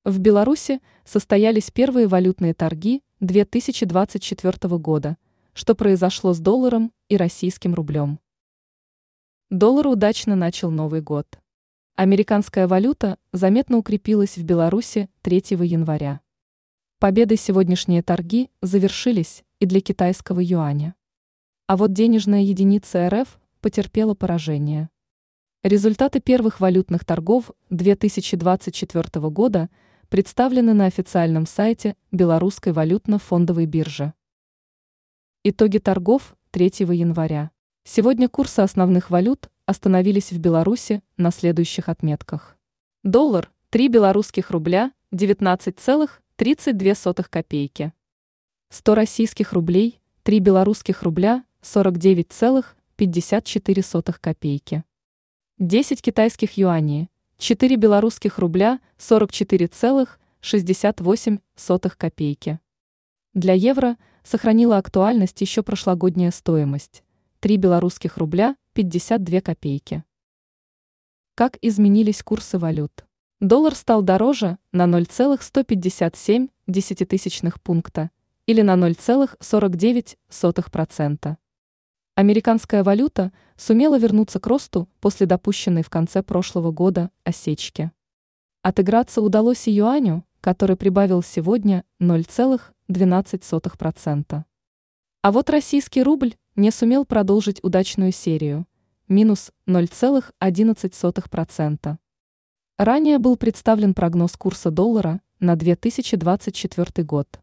В Беларуси состоялись первые валютные торги 2024 года, что произошло с долларом и российским рублем. Доллар удачно начал Новый год. Американская валюта заметно укрепилась в Беларуси 3 января. Победой сегодняшние торги завершились и для китайского юаня. А вот денежная единица РФ потерпела поражение. Результаты первых валютных торгов 2024 года представлены на официальном сайте Белорусской валютно-фондовой биржи. Итоги торгов 3 января. Сегодня курсы основных валют остановились в Беларуси на следующих отметках. Доллар – 3 белорусских рубля 19,32 копейки. 100 российских рублей – 3 белорусских рубля 49,54 копейки. 10 китайских юаней – 4 белорусских рубля 44,68 копейки. Для евро сохранила актуальность еще прошлогодняя стоимость – 3 белорусских рубля 52 копейки. Как изменились курсы валют? Доллар стал дороже на 0,157 пункта или на 0,49%. Американская валюта сумела вернуться к росту после допущенной в конце прошлого года осечки. Отыграться удалось и юаню, который прибавил сегодня 0,12%. А вот российский рубль не сумел продолжить удачную серию – минус 0,11%. Ранее был представлен прогноз курса доллара на 2024 год.